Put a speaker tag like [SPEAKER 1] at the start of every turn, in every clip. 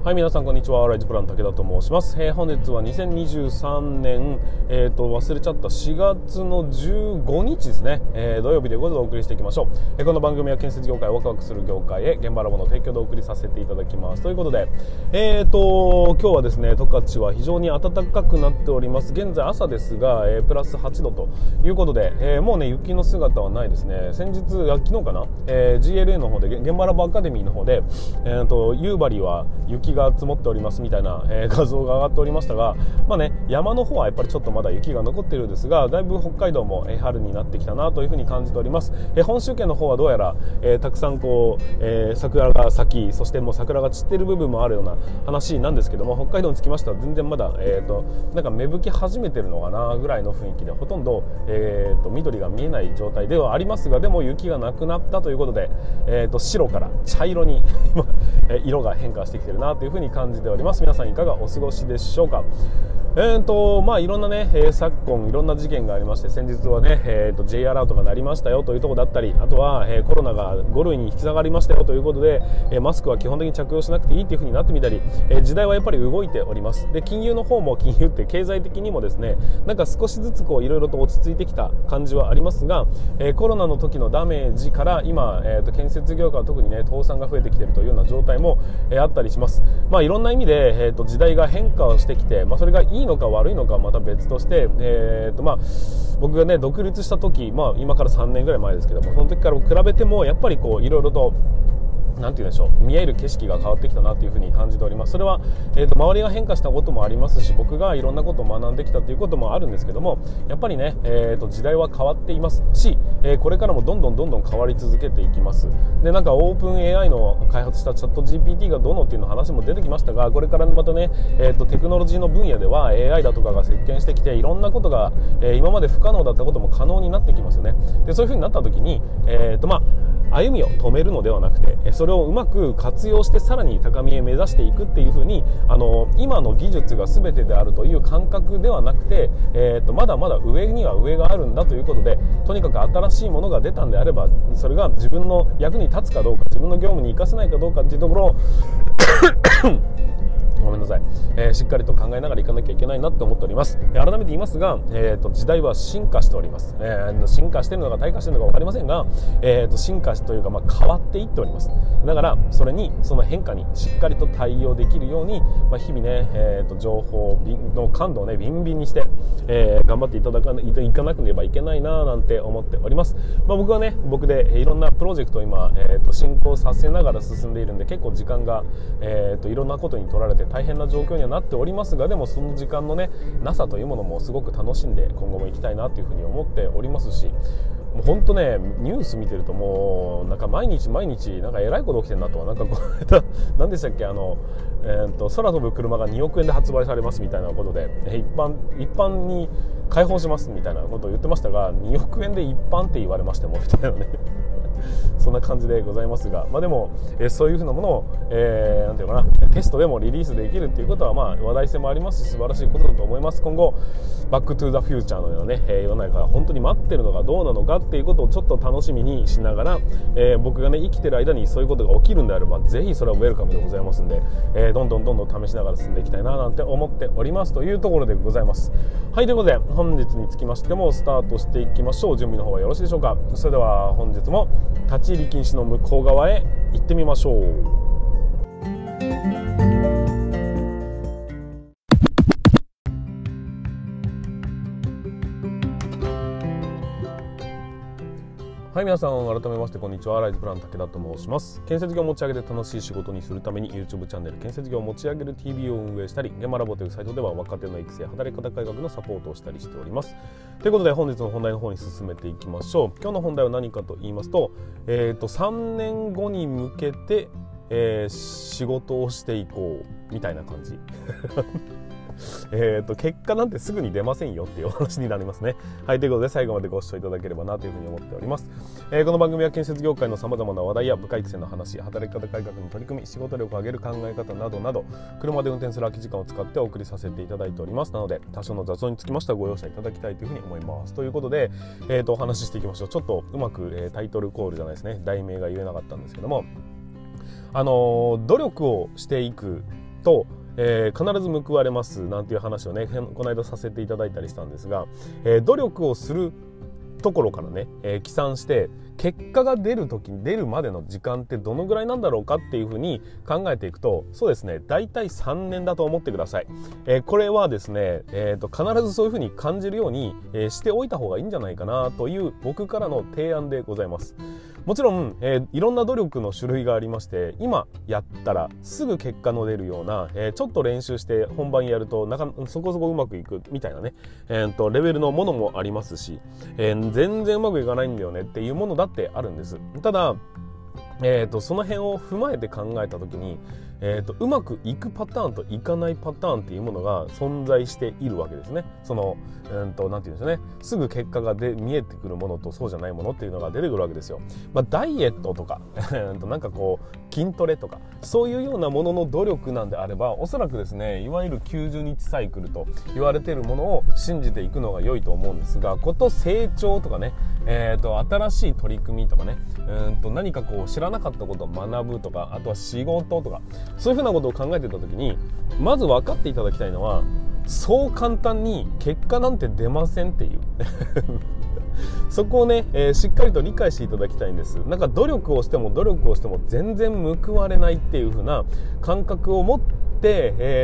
[SPEAKER 1] はい、皆さんこんにちは。ライズプラン武田と申します。本日は2023年、忘れちゃった4月の15日ですね、土曜日ということでお送りしていきましょう。この番組は建設業界をワクワクする業界へ現場ラボの提供でお送りさせていただきます。ということで、今日はですね、十勝は非常に暖かくなっております。現在朝ですが、プラス8度ということで、もうね、雪の姿はないですね。先日、昨日かな、GLA の方で、現場ラボアカデミーの方で、夕張は雪が積もっておりますみたいな、画像が上がっておりましたが、まあね、山の方はやっぱりちょっとまだ雪が残っているんですが、だいぶ北海道も、春になってきたなというふうに感じております。本州圏の方はどうやら、たくさんこう、桜が咲き、そしてもう桜が散っている部分もあるような話なんですけども、北海道につきましては全然まだ、なんか芽吹き始めてるのかなぐらいの雰囲気で、ほとんど、緑が見えない状態ではありますが、でも雪がなくなったということで、白から茶色に色が変化してきてるなというふうに感じております。皆さんいかがお過ごしでしょうか。まあいろんなね、昨今いろんな事件がありまして、先日はね、J アラートが鳴りましたよというところだったり、あとは、コロナが5類に引き下がりましたよということで、マスクは基本的に着用しなくていいというふうになってみたり、時代はやっぱり動いております。で、金融の方も金融って経済的にもですね、なんか少しずつこういろいろと落ち着いてきた感じはありますが、コロナの時のダメージから今、建設業界は特にね倒産が増えてきているというような状態も、あったりします。まあいろんな意味で、時代が変化をしてきて、まあそれがいいのか悪いのかはまた別として、まあ僕がね独立した時、まあ今から3年ぐらい前ですけども、その時から比べてもやっぱりこういろいろとなんて言うんでしょう、見える景色が変わってきたなというふうに感じております。それは、周りが変化したこともありますし、僕がいろんなことを学んできたということもあるんですけども、やっぱりね、時代は変わっていますし、これからもどんどん変わり続けていきます。で、なんかオープン AI の開発したチャット GPT がどうのっていうの話も出てきましたが、これからまたね、テクノロジーの分野では AI だとかが席巻してきて、いろんなことが、今まで不可能だったことも可能になってきますよね。で、そういうふうになった時に、まあ歩みを止めるのではなくて、それをうまく活用してさらに高みへ目指していくっていう風に、今の技術が全てであるという感覚ではなくて、まだまだ上には上があるんだということで、とにかく新しいものが出たんであれば、それが自分の役に立つかどうか、自分の業務に生かせないかどうかっていうところをごめんなさい、しっかりと考えながらいかなきゃいけないなと思っております。改めて言いますが、時代は進化しております。進化しているのか退化しているのか分かりませんが、進化というか、まあ、変わっていっております。だからそれにその変化にしっかりと対応できるように、まあ、日々ね、情報の感度をねビンビンにして、頑張っていかなければいけないななんて思っております。まあ、僕はね僕でいろんなプロジェクトを今、進行させながら進んでいるんで、結構時間が、いろんなことに取られて大変な状況にはなっておりますが、でもその時間のねなさというものもすごく楽しんで今後も行きたいなというふうに思っておりますし、もう本当ねニュース見てるともうなんか毎日なんかえらいこと起きてるなとは、なんかこう何でしたっけ、空飛ぶ車が2億円で発売されますみたいなことで、一般に開放しますみたいなことを言ってましたが、2億円で一般って言われましてもみたいなねそんな感じでございますが、まあでも、そういうふうなものを、なんていうかな、テストでもリリースできるっていうことは、まあ話題性もありますし素晴らしいことだと思います。今後バックトゥーザフューチャーのようなね、世の中が本当に待ってるのがどうなのかっていうことをちょっと楽しみにしながら、僕がね生きてる間にそういうことが起きるんであれば、ぜひそれはウェルカムでございますんで、どんどん試しながら進んでいきたいななんて思っておりますというところでございます。はい、ということで本日につきましてもスタートしていきましょう。準備の方はよろしいでしょうか。それでは本日も立ち入り禁止の向こう側へ行ってみましょう。はい、皆さん改めましてこんにちは。ライズプラン武田と申します。建設業を持ち上げて楽しい仕事にするために YouTube チャンネル建設業を持ち上げる TV を運営したり、現場ラボというサイトでは若手の育成、働き方改革のサポートをしたりしております。ということで本日の本題の方に進めていきましょう。今日の本題は何かと言いますと、3年後に向けて、仕事をしていこうみたいな感じ結果なんてすぐに出ませんよっていうお話になりますね。はい、ということで最後までご視聴いただければなというふうに思っております。この番組は建設業界のさまざまな話題や部下育成の話、働き方改革の取り組み、仕事力を上げる考え方などなど、車で運転する空き時間を使ってお送りさせていただいております。なので多少の雑音につきましてはご容赦いただきたいというふうに思います。ということで、お話ししていきましょう。ちょっとうまく、タイトルコールじゃないですね、題名が言えなかったんですけども、努力をしていくと、必ず報われますなんていう話をねこの間させていただいたりしたんですが、努力をするところからね、起算して結果が出るまでの時間ってどのぐらいなんだろうかっていうふうに考えていくと、そうですね、だいたい3年だと思ってください。これはですね、必ずそういうふうに感じるように、しておいた方がいいんじゃないかなという僕からの提案でございます。もちろん、いろんな努力の種類がありまして、今やったらすぐ結果の出るような、ちょっと練習して本番やるとそこそこうまくいくみたいなね、レベルのものもありますし、全然うまくいかないんだよねっていうものだってあるんです。ただ、その辺を踏まえて考えた時に、うまくいくパターンといかないパターンっていうものが存在しているわけですね。なんていうんですかね、すぐ結果が見えてくるものとそうじゃないものっていうのが出てくるわけですよ。ダイエットとかなんかこう筋トレとかそういうようなものの努力なんであれば、おそらくですね、いわゆる90日サイクルと言われているものを信じていくのが良いと思うんですが、成長とかね、新しい取り組みとかね、何かこう知らなかったことを学ぶとか、あとは仕事とか、そういうふうなことを考えていた時に、まず分かっていただきたいのは、そう簡単に結果なんて出ませんっていうそこをね、しっかりと理解していただきたいんです。なんか努力をしても全然報われないっていう風な感覚を持って、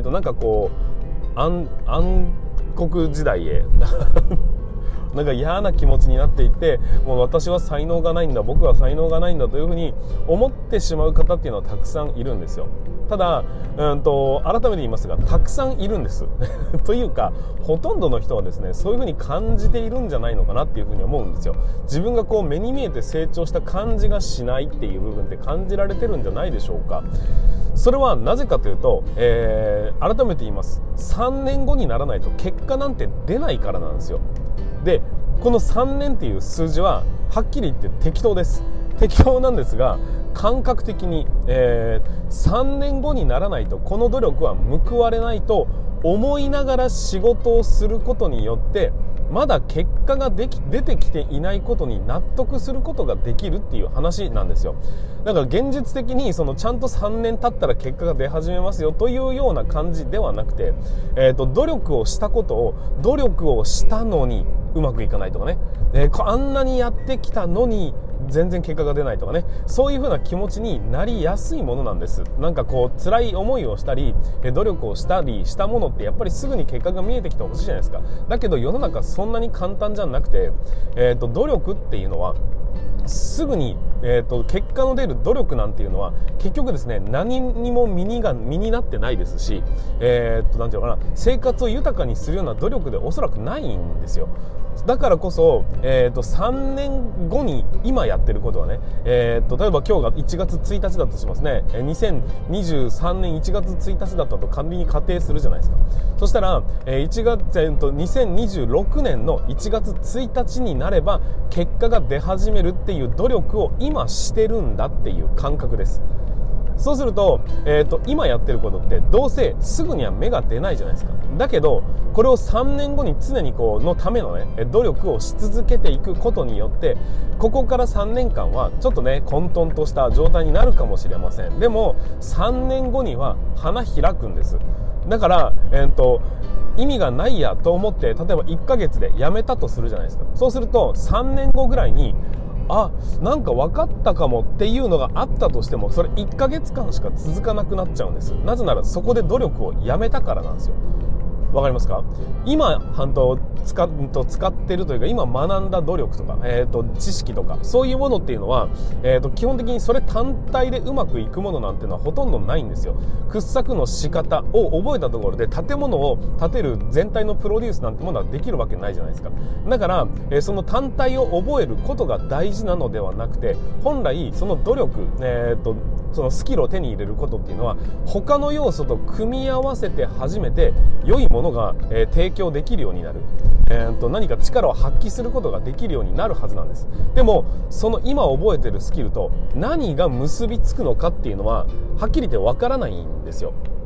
[SPEAKER 1] なんかこう暗黒時代へなんか嫌な気持ちになっていって、もう私は才能がないんだ、僕は才能がないんだというふうに思ってしまう方っていうのはたくさんいるんですよ。ただ、改めて言いますが、たくさんいるんですというか、ほとんどの人はですね、そういうふうに感じているんじゃないのかなっていうふうに思うんですよ。自分がこう目に見えて成長した感じがしないっていう部分って感じられてるんじゃないでしょうか。それはなぜかというと、改めて言います。3年後にならないと結果なんて出ないからなんですよ。で、この3年っていう数字ははっきり言って適当です。適当なんですが、感覚的に、3年後にならないとこの努力は報われないと思いながら仕事をすることによって、まだ結果が出てきていないことに納得することができるっていう話なんですよ。だから現実的にちゃんと3年経ったら結果が出始めますよというような感じではなくて、努力をしたのにうまくいかないとかね、あんなにやってきたのに全然結果が出ないとかね、そういう風な気持ちになりやすいものなんです。なんかこう辛い思いをしたり努力をしたりしたものって、やっぱりすぐに結果が見えてきてほしいじゃないですか。だけど世の中そんなに簡単じゃなくて、努力っていうのはすぐに、結果の出る努力なんていうのは結局ですね、何にも身になってないですし、なんていうのかな、生活を豊かにするような努力でおそらくないんですよ。だからこそ、3年後に今やってることはね、例えば今日が1月1日だとしますね。2023年1月1日だったと仮に仮定するじゃないですか。そしたら、2026年の1月1日になれば結果が出始めるっていう努力を今してるんだっていう感覚です。そうすると、今やってることってどうせすぐには芽が出ないじゃないですか。だけどこれを3年後に常にのためのね努力をし続けていくことによって、ここから3年間はちょっとね混沌とした状態になるかもしれません。でも3年後には花開くんです。だから、意味がないやと思って、例えば1ヶ月でやめたとするじゃないですか。そうすると3年後ぐらいになんか分かったかもっていうのがあったとしても、それ1ヶ月間しか続かなくなっちゃうんです。なぜならそこで努力をやめたからなんですよ。わかりますか？今使ってるというか、今学んだ努力とか、知識とかそういうものっていうのは、基本的にそれ単体でうまくいくものなんていうのはほとんどないんですよ。掘削の仕方を覚えたところで建物を建てる全体のプロデュースなんてものはできるわけないじゃないですか。だから、その単体を覚えることが大事なのではなくて、本来その努力、そのスキルを手に入れることっていうのは他の要素と組み合わせて初めて良いものが、提供できるようになる、何か力を発揮することができるようになるはずなんです。でもその今覚えてるスキルと何が結びつくのかっていうのははっきり言ってわからないんですよ。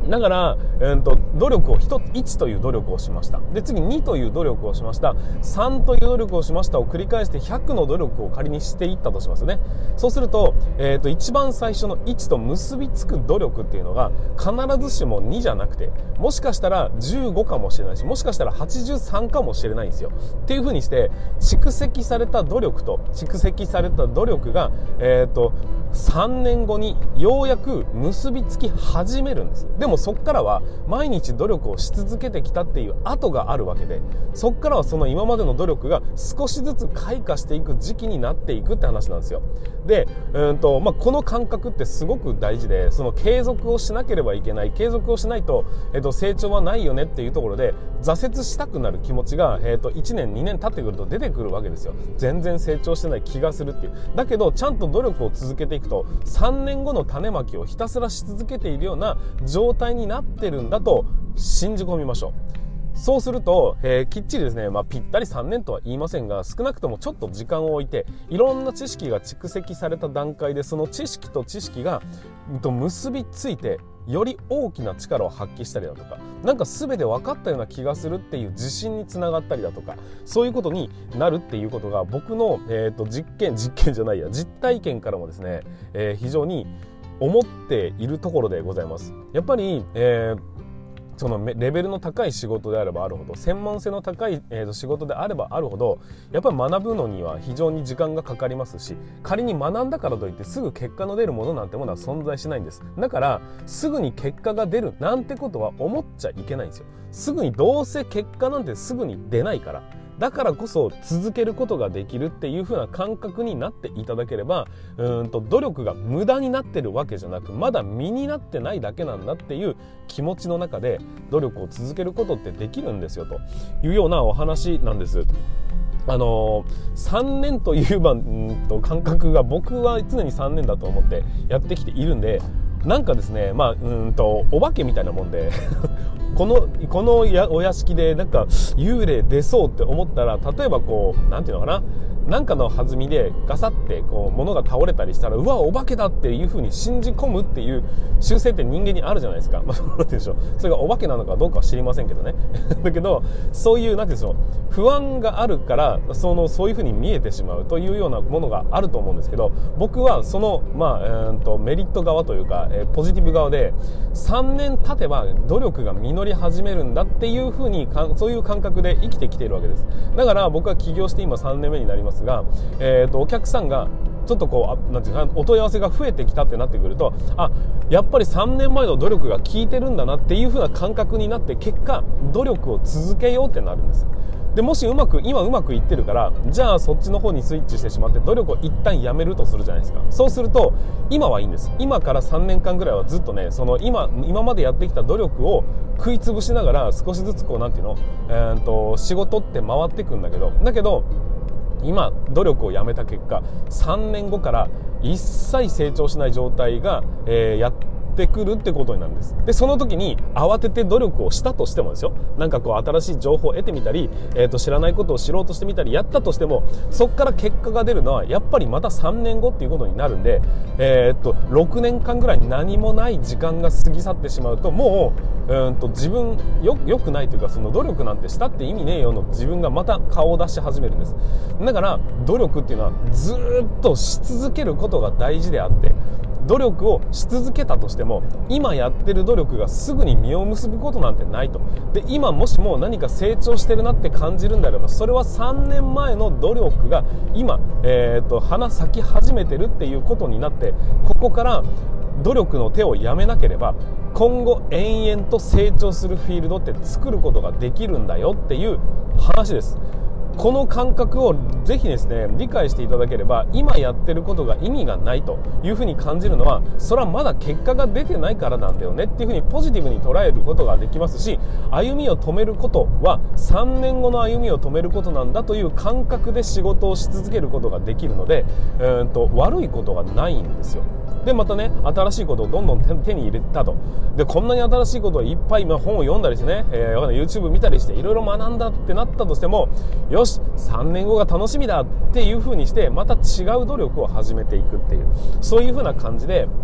[SPEAKER 1] だから、努力を1という努力をしました。で、次2という努力をしました。3という努力をしましたを繰り返して100の努力を仮にしていったとしますね。そうすると、一番最初の1と結びつく努力っていうのが必ずしも2じゃなくて、もしかしたら15かもしれないし、もしかしたら83かもしれないんですよ。っていう風にして、蓄積された努力と蓄積された努力が、3年後にようやく結びつき始めるんです。でもそっからは毎日努力をし続けてきたっていう跡があるわけで、そっからはその今までの努力が少しずつ開花していく時期になっていくって話なんですよ。で、この感覚ってすごく大事で、その継続をしなければいけない、継続をしないと、成長はないよねっていうところで挫折したくなる気持ちが、1年2年経ってくると出てくるわけですよ。全然成長してない気がするっていう。だけどちゃんと努力を続けていくと3年後の種まきをひたすらし続けているような状態になってるんだと信じ込みましょう。そうすると、きっちりですね、ぴったり3年とは言いませんが、少なくともちょっと時間を置いて、いろんな知識が蓄積された段階で、その知識と知識が結びついて、より大きな力を発揮したりだとか、なんか全て分かったような気がするっていう自信につながったりだとか、そういうことになるっていうことが僕の、実体験からもですね、非常に思っているところでございます。やっぱり、そのレベルの高い仕事であればあるほど、専門性の高い、仕事であればあるほど、やっぱり学ぶのには非常に時間がかかりますし、仮に学んだからといってすぐ結果の出るものなんてものは存在しないんです。だからすぐに結果が出るなんてことは思っちゃいけないんですよ。すぐにどうせ結果なんてすぐに出ないから。だからこそ続けることができるっていう風な感覚になっていただければ、努力が無駄になってるわけじゃなく、まだ身になってないだけなんだっていう気持ちの中で努力を続けることってできるんですよというようなお話なんです。3年という感覚が僕は常に3年だと思ってやってきているんで、なんかですね、お化けみたいなもんでこのお屋敷でなんか幽霊出そうって思ったら、例えばこうなんていうのかな、なんかの弾みでガサってこう物が倒れたりしたら、うわお化けだっていう風に信じ込むっていう習性って人間にあるじゃないですか。なんて言うんでしょう、それがお化けなのかどうかは知りませんけどねだけどそういうなんて言うんでしょう、不安があるからそういう風に見えてしまうというようなものがあると思うんですけど、僕はそのメリット側というか、ポジティブ側で3年経てば努力が実り始めるんだっていう風にそういう感覚で生きてきているわけです。だから僕は起業して今3年目になりますが、お客さんがちょっとこうなんていうか、お問い合わせが増えてきたってなってくると、やっぱり3年前の努力が効いてるんだなっていう風な感覚になって、結果努力を続けようってなるんです。でもし今うまくいってるから、じゃあそっちの方にスイッチしてしまって努力を一旦やめるとするじゃないですか。そうすると今はいいんです。今から3年間ぐらいはずっとね、その今までやってきた努力を食いつぶしながら少しずつこうなんていうの、仕事って回っていくんだけど今努力をやめた結果、3年後から一切成長しない状態が、やってくるってことになるんです。でその時に慌てて努力をしたとしてもですよ、なんかこう新しい情報を得てみたり、知らないことを知ろうとしてみたりやったとしても、そこから結果が出るのはやっぱりまた3年後っていうことになるんで、6年間ぐらい何もない時間が過ぎ去ってしまうと、もう自分良くないというか、その努力なんてしたって意味ねえよの自分がまた顔を出し始めるんです。だから努力っていうのはずっとし続けることが大事であって、努力をし続けたとしても今やってる努力がすぐに実を結ぶことなんてないと。で今もしも何か成長してるなって感じるんであれば、それは3年前の努力が今、花咲き始めてるっていうことになって、ここから努力の手をやめなければ今後延々と成長するフィールドって作ることができるんだよっていう話です。この感覚をぜひですね理解していただければ、今やってることが意味がないというふうに感じるのは、それはまだ結果が出てないからなんだよねっていうふうにポジティブに捉えることができますし、歩みを止めることは3年後の歩みを止めることなんだという感覚で仕事をし続けることができるので、悪いことがないんですよ。でまたね、新しいことをどんどん手に入れたと。でこんなに新しいことをいっぱい、本を読んだりしてね、YouTube 見たりしていろいろ学んだってなったとしても、よし3年後が楽しみだっていう風にして、また違う努力を始めていくっていう、そういう風な感じで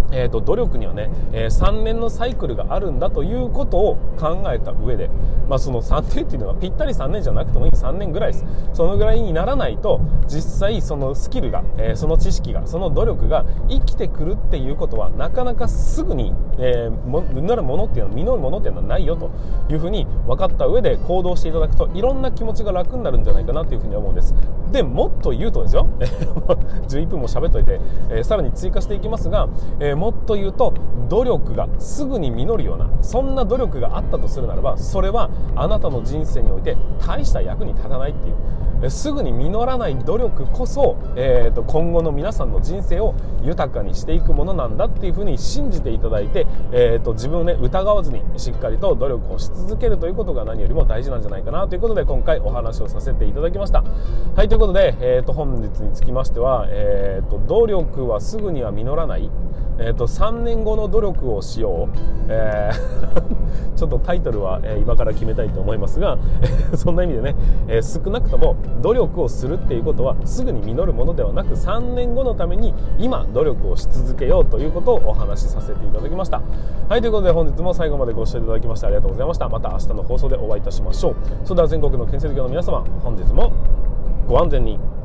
[SPEAKER 1] 努力にはね、3年のサイクルがあるんだということを考えた上で、その3年っていうのはぴったり3年じゃなくてもいい3年ぐらいです。そのぐらいにならないと実際そのスキルが、その知識が、その努力が生きてくるっていうことはなかなかすぐに、実るものっていうのはないよというふうに分かった上で行動していただくと、いろんな気持ちが楽になるんじゃないかなというふうに思うんです。でもっと言うとですよ11分も喋っといて、さらに追加していきますが、もっと言うと努力がすぐに実るような、そんな努力があったとするならば、それはあなたの人生において大した役に立たないっていう、すぐに実らない努力こそ、今後の皆さんの人生を豊かにしていくものなんだっていうふうに信じていただいて、自分をね疑わずにしっかりと努力をし続けるということが何よりも大事なんじゃないかなということで、今回お話をさせていただきました。はい、ということで、本日につきましては、努力はすぐには実らない、3年後の努力をしよう、ちょっとタイトルは、今から決めたいと思いますがそんな意味でね、少なくとも努力をするっていうことはすぐに実るものではなく、3年後のために今努力をし続けようということをお話しさせていただきました。はい、ということで本日も最後までご視聴いただきましてありがとうございました。また明日の放送でお会いいたしましょう。それでは全国の建設業の皆様、本日もご安全に。